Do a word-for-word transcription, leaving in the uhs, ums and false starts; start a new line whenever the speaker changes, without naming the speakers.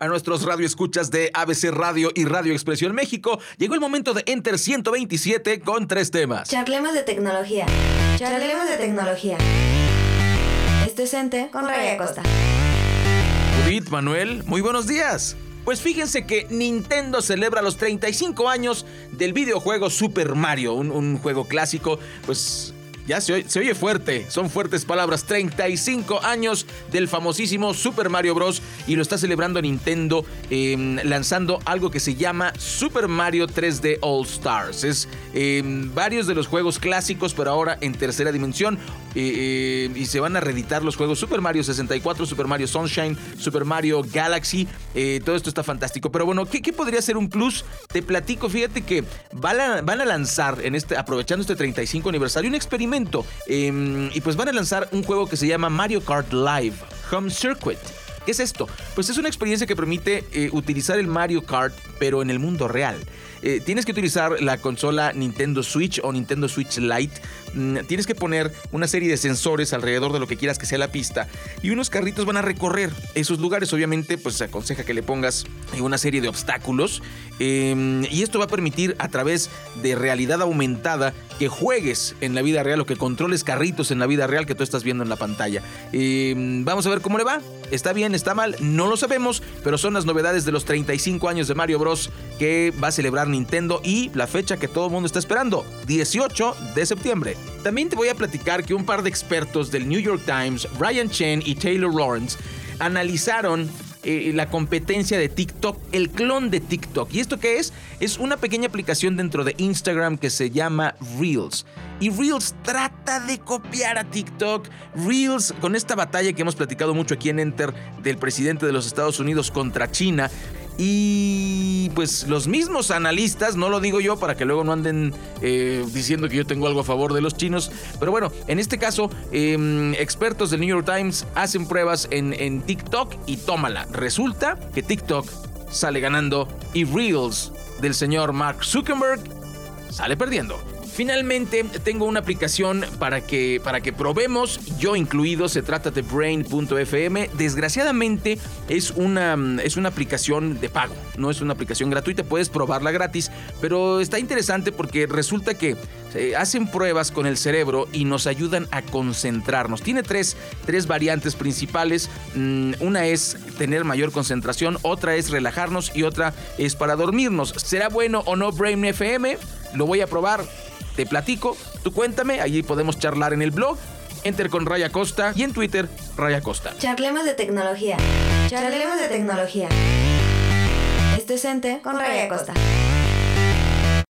A nuestros radioescuchas de A B C Radio y Radio Expresión México, llegó el momento de Enter ciento veintisiete con tres temas.
Charlemos de tecnología. Charlemos de tecnología. Esto es Enter con Raya Costa.
Judith, Manuel, muy buenos días. Pues fíjense que Nintendo celebra los treinta y cinco años del videojuego Super Mario, un, un juego clásico, pues... Ya se oye, se oye fuerte, son fuertes palabras. treinta y cinco años del famosísimo Super Mario Bros. Y lo está celebrando Nintendo eh, lanzando algo que se llama Super Mario tres D All Stars. Es eh, varios de los juegos clásicos, pero ahora en tercera dimensión. Eh, eh, y se van a reeditar los juegos Super Mario sesenta y cuatro, Super Mario Sunshine, Super Mario Galaxy. Eh, todo esto está fantástico. Pero bueno, ¿qué, qué podría ser un plus? Te platico, fíjate que van a, van a lanzar, en este, aprovechando este treinta y cinco aniversario, un experimento. Eh, y pues van a lanzar un juego que se llama Mario Kart Live Home Circuit. ¿Qué es esto? Pues es una experiencia que permite eh, utilizar el Mario Kart, pero en el mundo real. Eh, tienes que utilizar la consola Nintendo Switch o Nintendo Switch Lite. Mm, tienes que poner una serie de sensores alrededor de lo que quieras que sea la pista. Y unos carritos van a recorrer esos lugares. Obviamente, pues se aconseja que le pongas una serie de obstáculos. Eh, y esto va a permitir, a través de realidad aumentada, que juegues en la vida real o que controles carritos en la vida real que tú estás viendo en la pantalla. Eh, vamos a ver cómo le va. ¿Está bien? ¿Está mal? No lo sabemos, pero son las novedades de los treinta y cinco años de Mario Bros. Que va a celebrar Nintendo y la fecha que todo el mundo está esperando, dieciocho de septiembre. También te voy a platicar que un par de expertos del New York Times, Brian Chen y Taylor Lawrence, analizaron Eh, la competencia de TikTok, el clon de TikTok. ¿Y esto qué es? Es una pequeña aplicación dentro de Instagram que se llama Reels. Y Reels trata de copiar a TikTok. Reels, con esta batalla que hemos platicado mucho aquí en Enter del presidente de los Estados Unidos contra China. Y pues los mismos analistas, no lo digo yo para que luego no anden eh, diciendo que yo tengo algo a favor de los chinos, pero bueno, en este caso, eh, expertos del New York Times hacen pruebas en, en TikTok y tómala. Resulta que TikTok sale ganando y Reels del señor Mark Zuckerberg sale perdiendo. Finalmente, tengo una aplicación para que, para que probemos, yo incluido. Se trata de Brain punto F M. Desgraciadamente, es una, es una aplicación de pago. No es una aplicación gratuita, puedes probarla gratis. Pero está interesante porque resulta que eh, hacen pruebas con el cerebro y nos ayudan a concentrarnos. Tiene tres, tres variantes principales. Mm, una es tener mayor concentración, otra es relajarnos y otra es para dormirnos. ¿Será bueno o no Brain F M? Lo voy a probar. Te platico, tú cuéntame, allí podemos charlar en el blog, Enter con Raya Costa y en Twitter, Raya Costa.
Charlemos de tecnología. Charlemos de tecnología. Esto es Enter con Raya Costa.